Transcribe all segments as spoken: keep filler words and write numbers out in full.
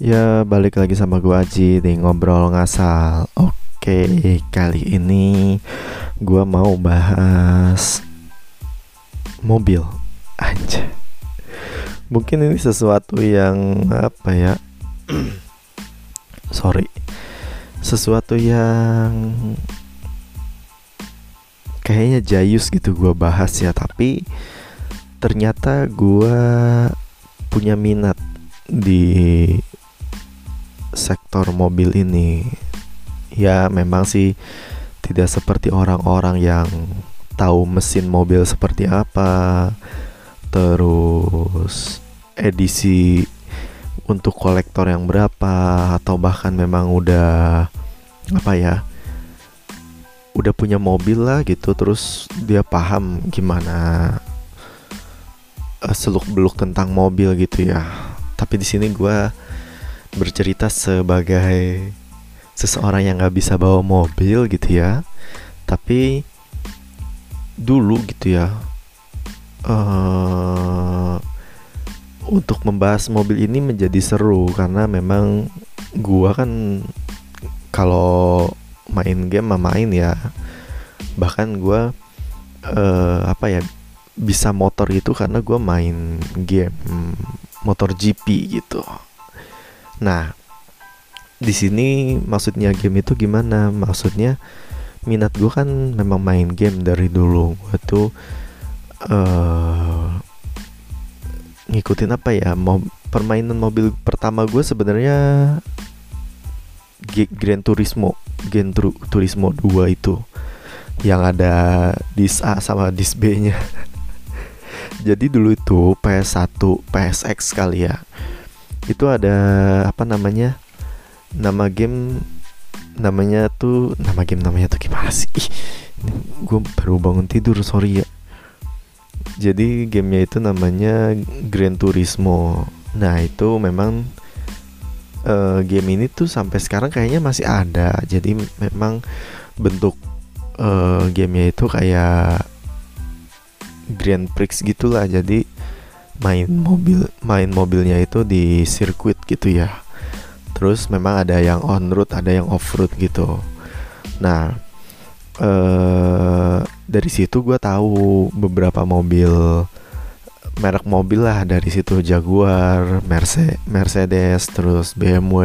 Ya, balik lagi sama gua Aji di ngobrol ngasal. Oke, kali ini gua mau bahas mobil. Anjay. Mungkin ini sesuatu yang apa ya? Sorry. Sesuatu yang kayaknya jayus gitu gua bahas ya, tapi ternyata gua punya minat di sektor mobil ini. Ya memang sih tidak seperti orang-orang yang tahu mesin mobil seperti apa, terus edisi untuk kolektor yang berapa, atau bahkan memang udah apa ya, udah punya mobil lah gitu, terus dia paham gimana uh, seluk-beluk tentang mobil gitu ya. Tapi di sini gue bercerita sebagai seseorang yang nggak bisa bawa mobil gitu ya. Tapi dulu gitu ya, uh, untuk membahas mobil ini menjadi seru karena memang gua kan kalau main game mah main ya. Bahkan gua uh, apa ya, bisa motor itu karena gua main game motor G P gitu. Nah, di sini maksudnya game itu gimana? Maksudnya minat gue kan memang main game dari dulu. Gue tuh uh, ngikutin apa ya? Mo- permainan mobil pertama gue sebenarnya G- Gran Turismo, Gran Tur- Turismo dua itu, yang ada disc A sama disc B-nya. Jadi dulu itu P S satu, P S X kali ya. Itu ada apa namanya? Nama game namanya tuh nama game namanya tuh gimana sih? Ih, gue baru bangun tidur, sorry ya. Jadi gamenya itu namanya Gran Turismo. Nah itu memang uh, game ini tuh sampai sekarang kayaknya masih ada. Jadi memang bentuk uh, gamenya itu kayak Grand Prix gitulah. Jadi main mobil main mobilnya itu di sirkuit gitu ya. Terus memang ada yang on road, ada yang off road gitu. Nah, eh, dari situ gue tahu beberapa mobil, merek mobil lah dari situ, Jaguar, Merce- Mercedes, terus B M W.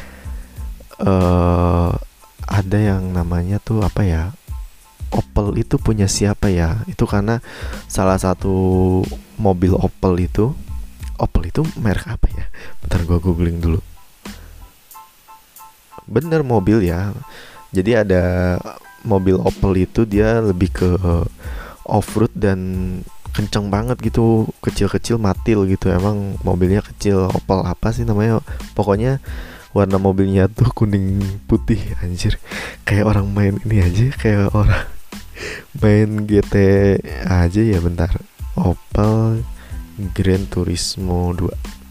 Eh, ada yang namanya tuh apa ya? Opel itu punya siapa ya? Itu karena salah satu mobil Opel itu, Opel itu merek apa ya? Bentar gue googling dulu. Bener, mobil ya. Jadi ada mobil Opel itu dia lebih ke off-road dan kenceng banget gitu, kecil-kecil matil gitu. Emang mobilnya kecil. Opel apa sih namanya? Pokoknya warna mobilnya tuh kuning putih, anjir. Kayak orang main ini aja, kayak orang main G T aja ya. Bentar, Opel Gran Turismo dua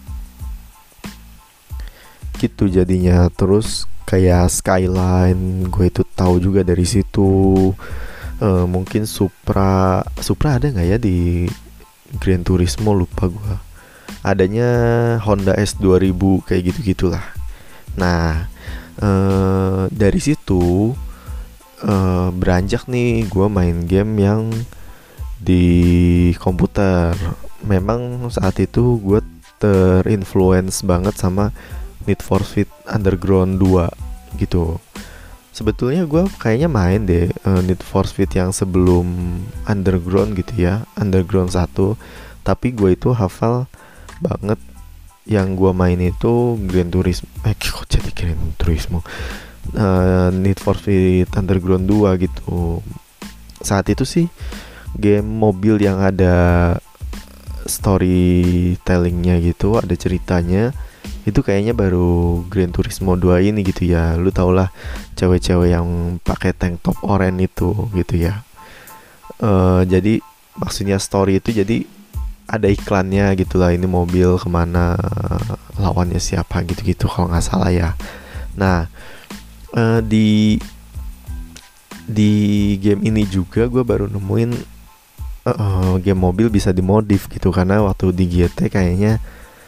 gitu jadinya. Terus kayak Skyline gue itu tahu juga dari situ. Uh, mungkin Supra Supra ada nggak ya di Gran Turismo, lupa gue. Adanya Honda S dua ribu kayak gitu gitulah. Nah, uh, dari situ uh, beranjak nih gue main game yang di komputer. Memang saat itu gue terinfluence banget sama Need for Speed Underground dua gitu. Sebetulnya gue kayaknya main deh uh, Need for Speed yang sebelum Underground gitu ya, Underground satu. Tapi gue itu hafal banget. Yang gue main itu Gran Turismo. Eh kok jadi Gran Turismo, uh, Need for Speed Underground dua gitu. Saat itu sih game mobil yang ada storytellingnya gitu, ada ceritanya. Itu kayaknya baru Gran Turismo dua ini gitu ya. Lu tau lah cewek-cewek yang pakai tank top oranye itu gitu ya. Uh, jadi maksudnya story itu jadi ada iklannya gitulah, ini mobil kemana, lawannya siapa gitu-gitu kalau nggak salah ya. Nah, uh, di di game ini juga gue baru nemuin uh, game mobil bisa dimodif gitu. Karena waktu di G T kayaknya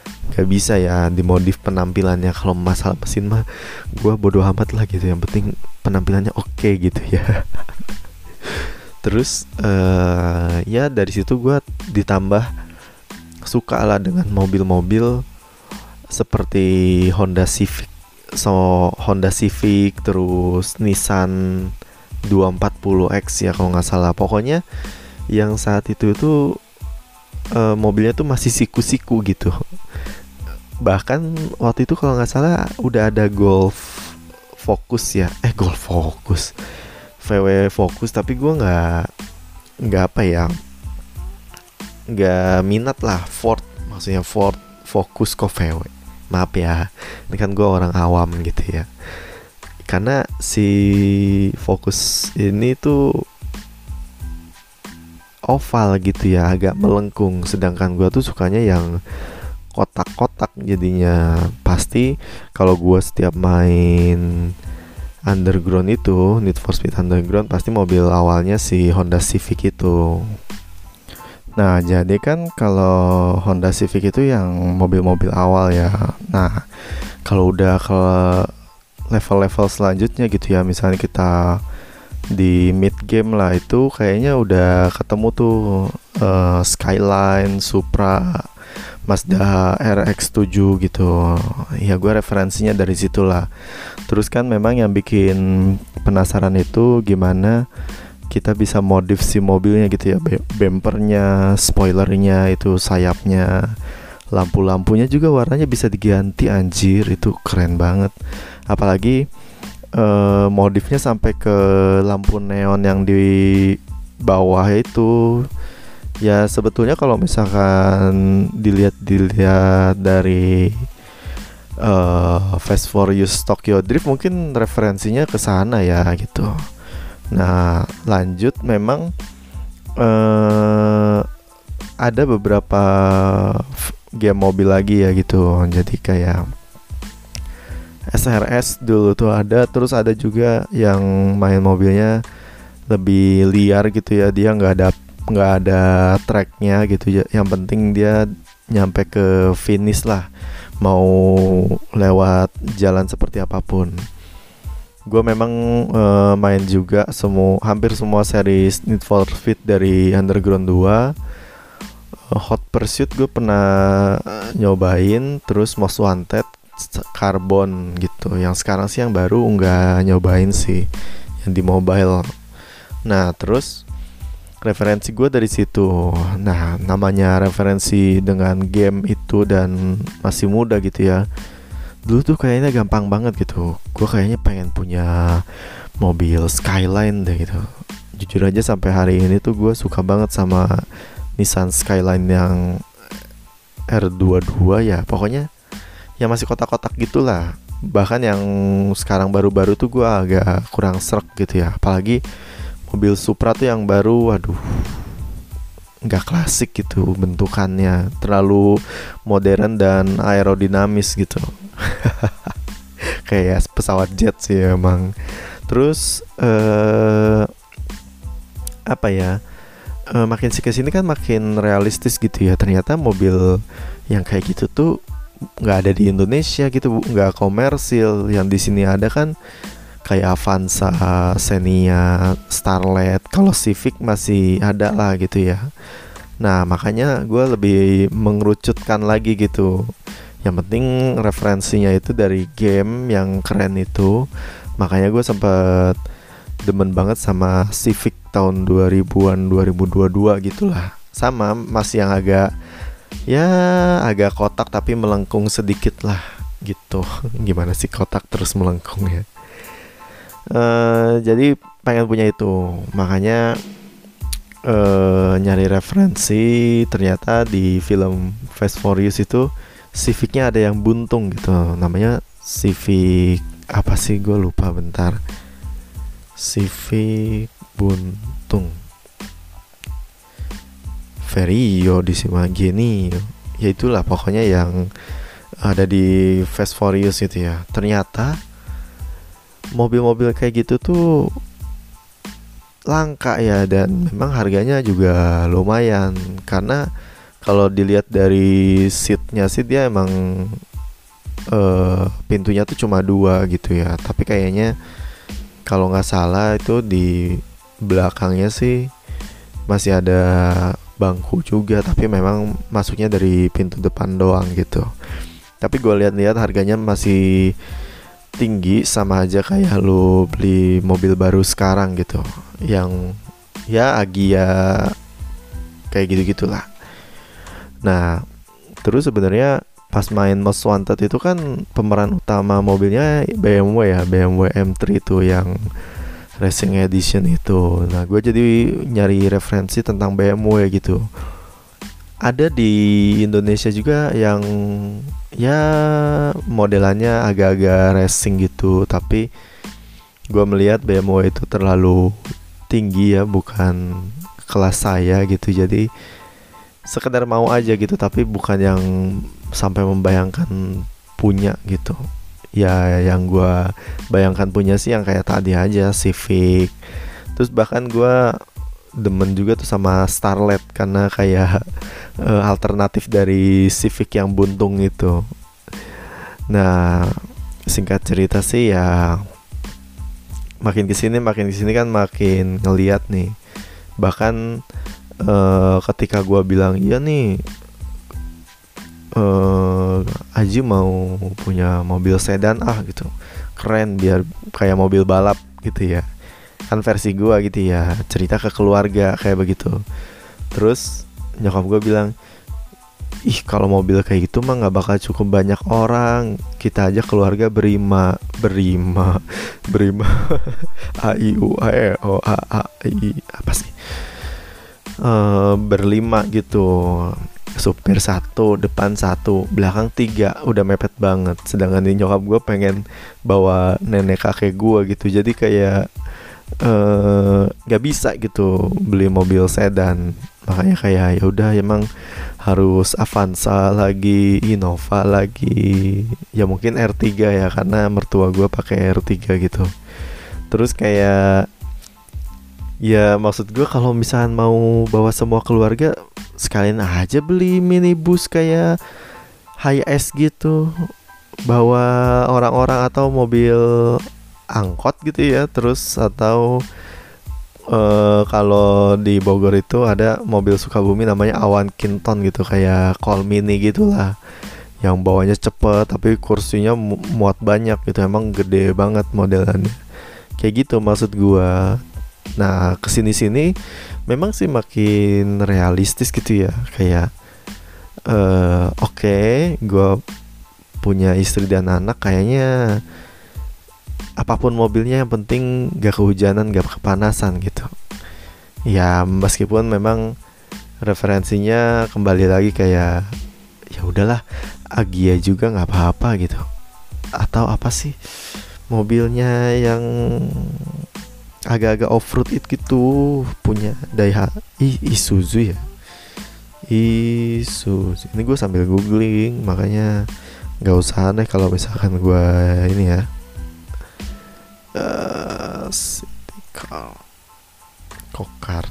Gak bisa ya dimodif penampilannya. Kalau masalah mesin mah gue bodo amat lah gitu, yang penting penampilannya oke okay, gitu ya. Terus uh, ya dari situ gue ditambah suka lah dengan mobil-mobil seperti Honda Civic, so Honda Civic, terus Nissan dua empat nol X ya kalau nggak salah. Pokoknya yang saat itu itu uh, mobilnya tuh masih siku-siku gitu. Bahkan waktu itu kalau nggak salah udah ada Golf Focus ya, eh Golf Focus, V W Focus, tapi gue nggak nggak apa ya, nggak minat lah Ford, maksudnya Ford Focus kok V W. Maaf ya, ini kan gue orang awam gitu ya. Karena si Focus ini tuh oval gitu ya, agak melengkung. Sedangkan gue tuh sukanya yang kotak-kotak jadinya. Pasti kalau gue setiap main Underground itu, Need for Speed Underground, pasti mobil awalnya si Honda Civic itu. Nah, jadi kan kalau Honda Civic itu yang mobil-mobil awal ya. Nah, kalau udah ke level-level selanjutnya gitu ya, misalnya kita di mid game lah, itu kayaknya udah ketemu tuh uh, Skyline, Supra, Mazda R X tujuh gitu. Ya gue referensinya dari situlah. Terus kan memang yang bikin penasaran itu gimana kita bisa modif si mobilnya gitu ya, bempernya, spoilernya, itu sayapnya, lampu-lampunya juga warnanya bisa diganti. Anjir, itu keren banget. Apalagi eh, modifnya sampai ke lampu neon yang di bawah itu. Ya sebetulnya kalau misalkan dilihat-dilihat dari uh, Fast Furious Tokyo Drift, mungkin referensinya ke sana ya gitu. Nah, lanjut memang uh, ada beberapa game mobil lagi ya gitu. Jadi kayak S R S dulu tuh ada, terus ada juga yang main mobilnya lebih liar gitu ya. Dia nggak ada nggak ada tracknya gitu ya. Yang penting dia nyampe ke finish lah, mau lewat jalan seperti apapun. Gue memang uh, main juga semua, hampir semua series Need for Speed dari Underground dua. uh, Hot Pursuit gue pernah nyobain, terus Most Wanted, Carbon gitu. Yang sekarang sih yang baru nggak nyobain sih, yang di mobile. Nah terus referensi gue dari situ. Nah namanya referensi dengan game itu dan masih muda gitu ya, dulu tuh kayaknya gampang banget gitu. Gue kayaknya pengen punya mobil Skyline deh gitu. Jujur aja sampai hari ini tuh gue suka banget sama Nissan Skyline yang R dua puluh dua ya. Pokoknya yang masih kotak-kotak gitulah. Bahkan yang sekarang baru-baru tuh gue agak kurang srek gitu ya. Apalagi mobil Supra tuh yang baru, waduh, nggak klasik gitu bentukannya, terlalu modern dan aerodinamis gitu. Kayak pesawat jet sih emang. Terus eh, apa ya, eh, makin sih kesini kan makin realistis gitu ya. Ternyata mobil yang kayak gitu tuh nggak ada di Indonesia gitu, nggak komersil. Yang di sini ada kan kayak Avanza, Xenia, Starlet. Kalau Civic masih ada lah gitu ya. Nah makanya gue lebih mengerucutkan lagi gitu. Yang penting referensinya itu dari game yang keren itu. Makanya gue sempet demen banget sama Civic tahun dua ribuan, dua ribu dua puluh dua gitulah. Sama masih yang agak, ya agak kotak tapi melengkung sedikit lah gitu. Gimana sih kotak terus melengkung ya. Uh, jadi pengen punya itu. Makanya uh, nyari referensi. Ternyata di film Fast Furious itu Civicnya ada yang buntung gitu. Namanya Civic apa sih, gue lupa bentar. Civic buntung Vario di sini gini. Ya itulah pokoknya yang ada di Fast Furious itu ya. Ternyata mobil-mobil kayak gitu tuh langka ya, dan memang harganya juga lumayan. Karena kalau dilihat dari seatnya sih dia emang uh, pintunya tuh cuma dua gitu ya. Tapi kayaknya kalau nggak salah itu di belakangnya sih masih ada bangku juga, tapi memang masuknya dari pintu depan doang gitu. Tapi gue lihat-lihat harganya masih tinggi, sama aja kayak lu beli mobil baru sekarang gitu, yang ya Agya kayak gitu-gitulah. Nah, terus sebenarnya pas main Most Wanted itu kan pemeran utama mobilnya B M W ya, B M W M tiga itu yang Racing Edition itu. Nah, gue jadi nyari referensi tentang B M W gitu. Ada di Indonesia juga yang ya modelannya agak-agak racing gitu, tapi gue melihat B M W itu terlalu tinggi ya, bukan kelas saya gitu. Jadi sekedar mau aja gitu, tapi bukan yang sampai membayangkan punya gitu. Ya yang gue bayangkan punya sih yang kayak tadi aja, Civic. Terus bahkan gue demen juga tuh sama Starlet, karena kayak uh, alternatif dari Civic yang buntung itu. Nah, singkat cerita sih ya, makin kesini makin kesini kan makin ngeliat nih. Bahkan uh, ketika gue bilang iya nih, Uh, Aji mau punya mobil sedan ah gitu, keren biar kayak mobil balap gitu ya, kan versi gua gitu ya, cerita ke keluarga kayak begitu. Terus nyokap gua bilang, ih kalau mobil kayak gitu mah nggak bakal cukup banyak orang, kita aja keluarga berima berima berima a i u a e o a a i apa sih, uh, berlima gitu. Supir satu, depan satu, belakang tiga, udah mepet banget. Sedangkan di nyokap gue pengen bawa nenek kakek gue gitu, jadi kayak nggak uh, bisa gitu beli mobil sedan. Makanya kayak ya udah emang harus Avanza lagi, Innova lagi, ya mungkin R tiga ya, karena mertua gue pakai R tiga gitu. Terus kayak ya maksud gue kalau misalnya mau bawa semua keluarga, sekalian aja beli minibus kayak Hiace gitu, bawa orang-orang, atau mobil angkot gitu ya. Terus atau uh, kalau di Bogor itu ada mobil Sukabumi namanya Awan Kinton gitu, kayak Call Mini gitulah, yang bawanya cepet tapi kursinya mu- muat banyak gitu, emang gede banget modelannya. Kayak gitu maksud gua. Nah, kesini-sini memang sih makin realistis gitu ya. Kayak uh, oke, okay, gue punya istri dan anak, kayaknya apapun mobilnya yang penting gak kehujanan, gak kepanasan gitu. Ya meskipun memang referensinya kembali lagi kayak ya udahlah, Agya juga nggak apa-apa gitu. Atau apa sih mobilnya yang agak-agak off-road it gitu, punya Daihatsu, I- Isuzu ya, Isuzu. Ini gue sambil googling, makanya nggak usah aneh kalau misalkan gue ini ya. Uh, City Car, Kokart,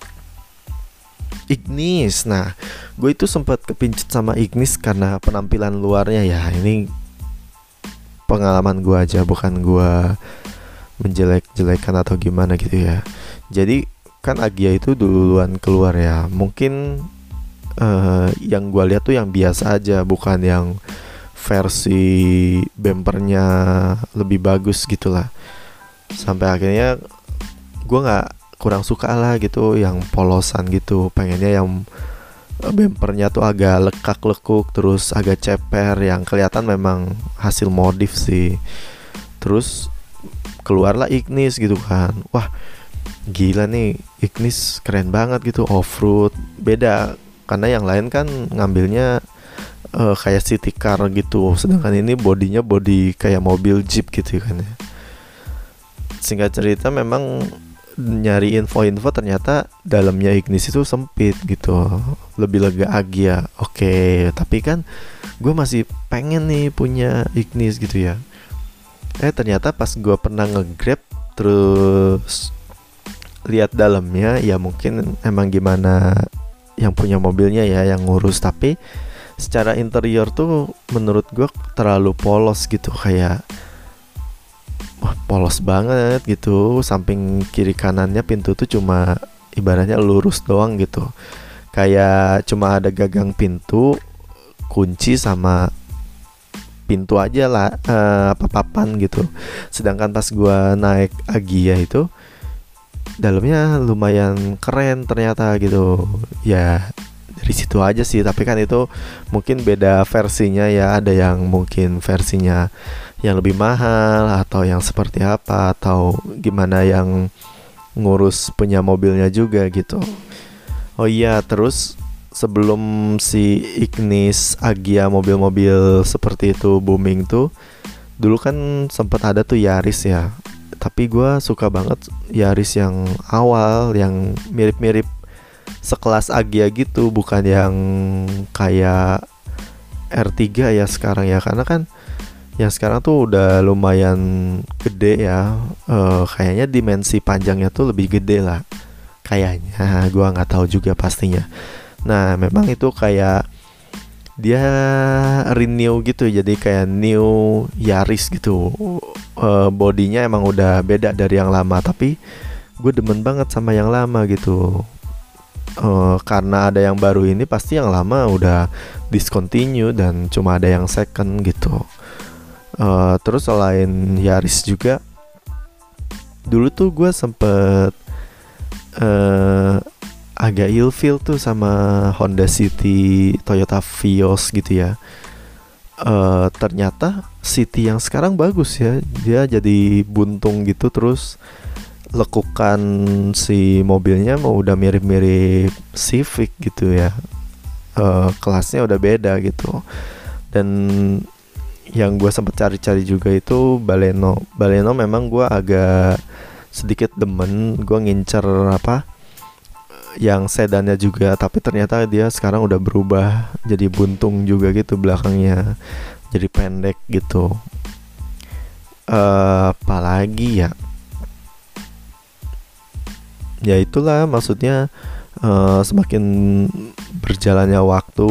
Ignis. Nah, gue itu sempat kepincut sama Ignis karena penampilan luarnya ya. Ini pengalaman gue aja, bukan gue menjelek-jelekan atau gimana gitu ya. Jadi kan Agya itu duluan keluar ya. Mungkin uh, yang gue lihat tuh yang biasa aja, bukan yang versi bumpernya lebih bagus gitulah. Sampai akhirnya gue nggak, kurang suka lah gitu yang polosan gitu. Pengennya yang bumpernya tuh agak lekak-lekuk, terus agak ceper, yang kelihatan memang hasil modif sih. Terus keluarlah Ignis gitu kan. Wah, gila nih, Ignis keren banget gitu, off-road. Beda, karena yang lain kan ngambilnya uh, kayak city car gitu, sedangkan ini bodinya body kayak mobil Jeep gitu kan ya. Singkat cerita, memang nyari info-info ternyata dalamnya Ignis itu sempit gitu, lebih lega Agya. Oke, tapi kan gue masih pengen nih punya Ignis gitu ya. Eh ternyata pas gue pernah nge-grab, terus lihat dalamnya, ya mungkin emang gimana yang punya mobilnya ya yang ngurus, tapi secara interior tuh menurut gue terlalu polos gitu, kayak wah, polos banget gitu. Samping kiri kanannya pintu tuh cuma ibaratnya lurus doang gitu, kayak cuma ada gagang pintu, kunci sama pintu aja lah, uh, apa-papan gitu. Sedangkan pas gua naik Agya itu dalamnya lumayan keren ternyata gitu. Ya dari situ aja sih, tapi kan itu mungkin beda versinya ya. Ada yang mungkin versinya yang lebih mahal atau yang seperti apa, atau gimana yang ngurus punya mobilnya juga gitu. Oh iya, terus sebelum si Ignis, Agya, mobil-mobil seperti itu booming tuh, dulu kan sempat ada tuh Yaris ya. Tapi gue suka banget Yaris yang awal, yang mirip-mirip sekelas Agya gitu, bukan yang kayak R tiga ya sekarang ya. Karena kan yang sekarang tuh udah lumayan gede ya, uh, kayaknya dimensi panjangnya tuh lebih gede lah kayaknya, gue nggak tahu juga pastinya. Nah memang itu kayak dia renew gitu, jadi kayak new Yaris gitu. uh, Bodinya emang udah beda dari yang lama, tapi gue demen banget sama yang lama gitu. uh, Karena ada yang baru ini, pasti yang lama udah discontinue dan cuma ada yang second gitu. uh, Terus selain Yaris juga, dulu tuh gue sempet uh, agak ilfeel tuh sama Honda City, Toyota Vios gitu ya. Uh, ternyata City yang sekarang bagus ya, dia jadi buntung gitu, terus lekukan si mobilnya mau udah mirip-mirip Civic gitu ya. Uh, kelasnya udah beda gitu. Dan yang gue sempet cari-cari juga itu Baleno. Baleno memang gue agak sedikit demen, gue ngincer apa yang sedannya juga, tapi ternyata dia sekarang udah berubah jadi buntung juga gitu, belakangnya jadi pendek gitu. Uh, apalagi ya, ya itulah maksudnya, uh, semakin berjalannya waktu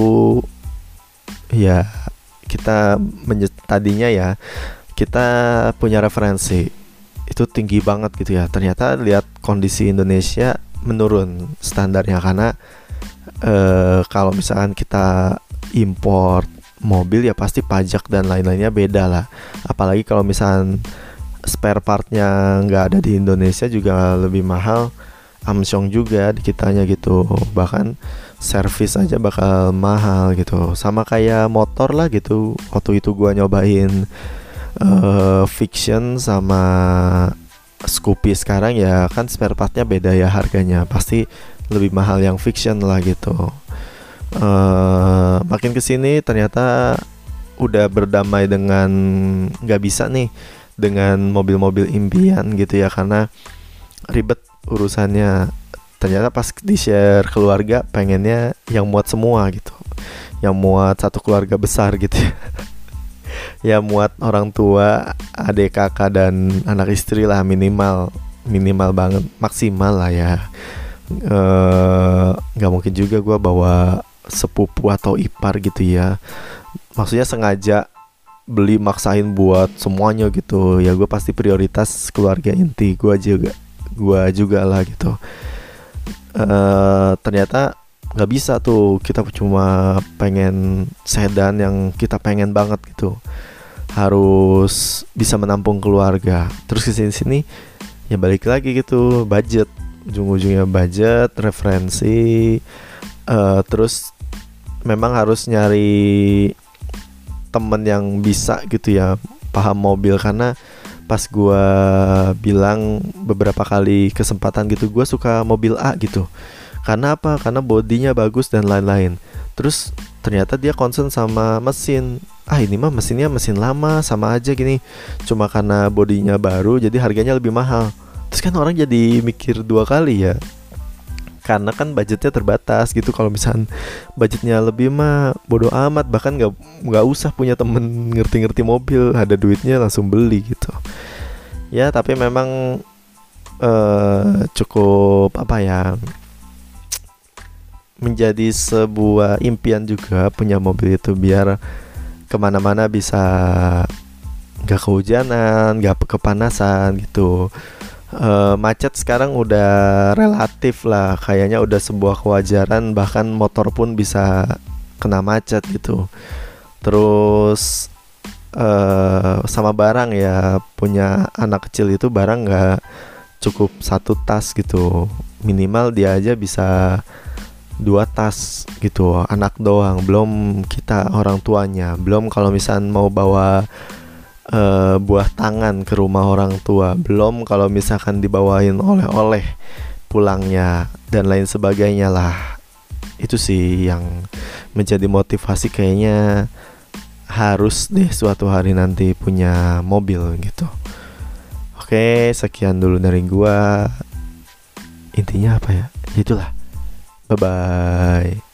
ya kita menye- tadinya ya kita punya referensi itu tinggi banget gitu ya, ternyata lihat kondisi Indonesia menurun standarnya, karena uh, kalau misalkan kita import mobil ya pasti pajak dan lain-lainnya beda lah. Apalagi kalau misalkan spare partnya nggak ada di Indonesia juga lebih mahal, amsyong juga di kitanya gitu. Bahkan servis aja bakal mahal gitu. Sama kayak motor lah gitu. Waktu itu gua nyobain uh, Fiction sama Scoopy sekarang ya kan spare partnya beda ya harganya, pasti lebih mahal yang Fiction lah gitu. Uh, makin kesini ternyata udah berdamai dengan nggak bisa nih dengan mobil-mobil impian gitu ya, karena ribet urusannya. Ternyata pas di share keluarga pengennya yang muat semua gitu, yang muat satu keluarga besar gitu ya. Ya muat orang tua, adik kakak dan anak istri lah, minimal minimal banget, maksimal lah ya. Nggak e, mungkin juga gue bawa sepupu atau ipar gitu ya. Maksudnya sengaja beli maksain buat semuanya gitu ya. Gue pasti prioritas keluarga inti gue juga, gue juga lah gitu. E, ternyata nggak bisa tuh, kita cuma pengen sedan yang kita pengen banget gitu, harus bisa menampung keluarga. Terus kesini-sini ya balik lagi gitu, budget, ujung-ujungnya budget, referensi. uh, Terus memang harus nyari temen yang bisa gitu ya, paham mobil. Karena pas gue bilang beberapa kali kesempatan gitu, gue suka mobil A gitu. Karena apa? Karena bodinya bagus dan lain-lain. Terus ternyata dia concern sama mesin. Ah ini mah mesinnya mesin lama, sama aja gini. Cuma karena bodinya baru jadi harganya lebih mahal. Terus kan orang jadi mikir dua kali ya, karena kan budgetnya terbatas gitu. Kalau misalnya budgetnya lebih mah bodo amat, bahkan gak, gak usah punya temen ngerti-ngerti mobil, ada duitnya langsung beli gitu. Ya tapi memang uh, cukup apa ya, menjadi sebuah impian juga punya mobil itu, biar kemana-mana bisa gak kehujanan, gak kepanasan gitu. E, macet sekarang udah relatif lah, kayaknya udah sebuah kewajaran, bahkan motor pun bisa kena macet gitu. Terus e, sama barang ya, punya anak kecil itu barang gak cukup satu tas gitu, minimal dia aja bisa dua tas gitu, anak doang, belum kita orang tuanya, belum kalau misalnya mau bawa uh, buah tangan ke rumah orang tua, belum kalau misalkan dibawain oleh-oleh pulangnya dan lain sebagainya lah. Itu sih yang menjadi motivasi, kayaknya harus deh suatu hari nanti punya mobil gitu. Oke, sekian dulu dari gua. Intinya apa ya? Itulah. Bye-bye.